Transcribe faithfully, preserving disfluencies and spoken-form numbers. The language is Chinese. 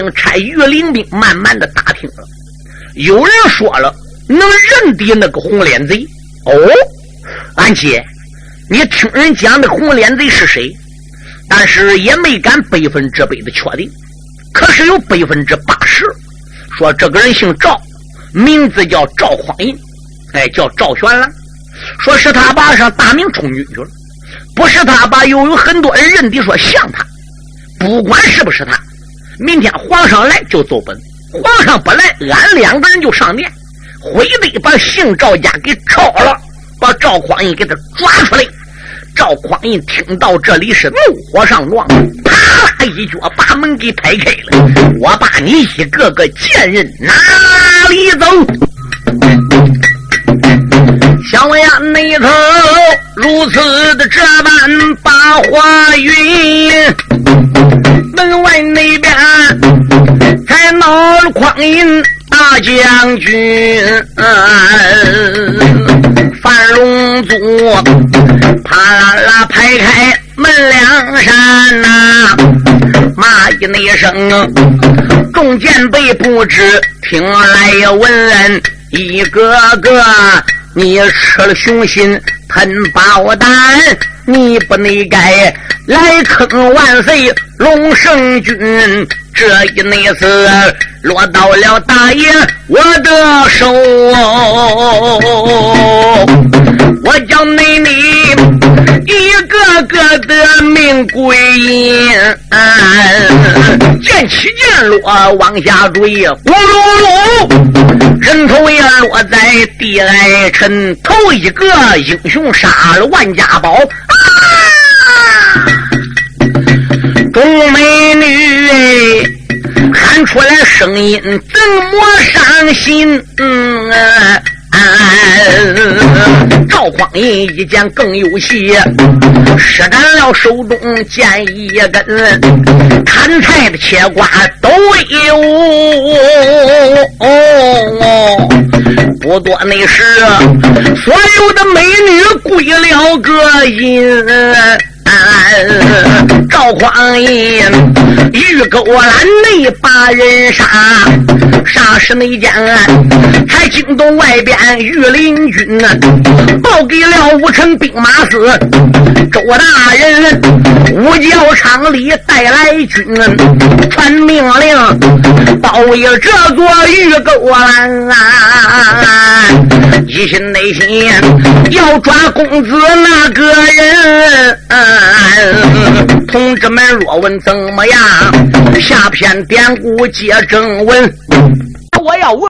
差御林兵慢慢的打听了，有人说了能认敌那个红脸贼。哦，安琪，你听人讲的红脸贼是谁？但是也没敢百分之百的确定，可是有百分之八十说这个人姓赵，名字叫赵匡胤，哎，叫赵玄兰，说是他爸上大明充军去了，不是他爸又有很多人认敌说像他，不管是不是他，明天皇上来就奏本，皇上不来，俺两个人就上殿，非得把姓赵家给抄了，把赵匡胤给他抓出来。赵匡胤听到这里是怒火上撞，啪啦一脚把门给拍开了，我把你一个个贱人哪里走？小呀那头如此的这般把话云，门外那边才闹了匡胤大将军，范荣祖啪啦啦拍开门梁扇呐、啊，骂一那声，众箭被不知听来闻，一个个你吃了雄心喷宝胆，你不内该来坑万岁龙圣君，这一那次落到了大爷我的手，我叫内你一个个的命归阴，剑起剑落往下坠，咕噜噜人头也落在地来沉，头一个英雄杀了万家宝啊！众美女喊出来声音怎么伤心，嗯啊啊、赵匡胤一剑更有戏，施展了手中剑一根，砍菜的切瓜都有、哦、不多那时所有的美女归了个阴，赵匡胤玉钩栏内把人杀，杀时那间才惊动外边御林军，报给了武臣兵马司周大人，五教场里带来军，传命令包围这座玉钩栏啊，一心内心要抓公子那个人、啊、同志们若问怎么样，下篇典故接正文。我要问